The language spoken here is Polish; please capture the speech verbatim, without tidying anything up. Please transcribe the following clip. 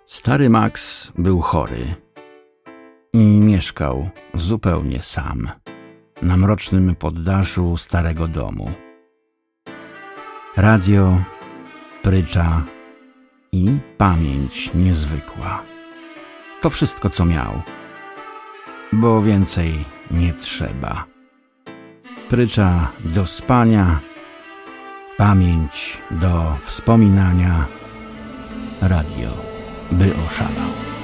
Stary Max był chory i mieszkał zupełnie sam na mrocznym poddaszu starego domu. Radio, prycza i pamięć niezwykła. To wszystko, co miał, bo więcej nie trzeba. Prycza do spania, pamięć do wspominania, radio by oszalał.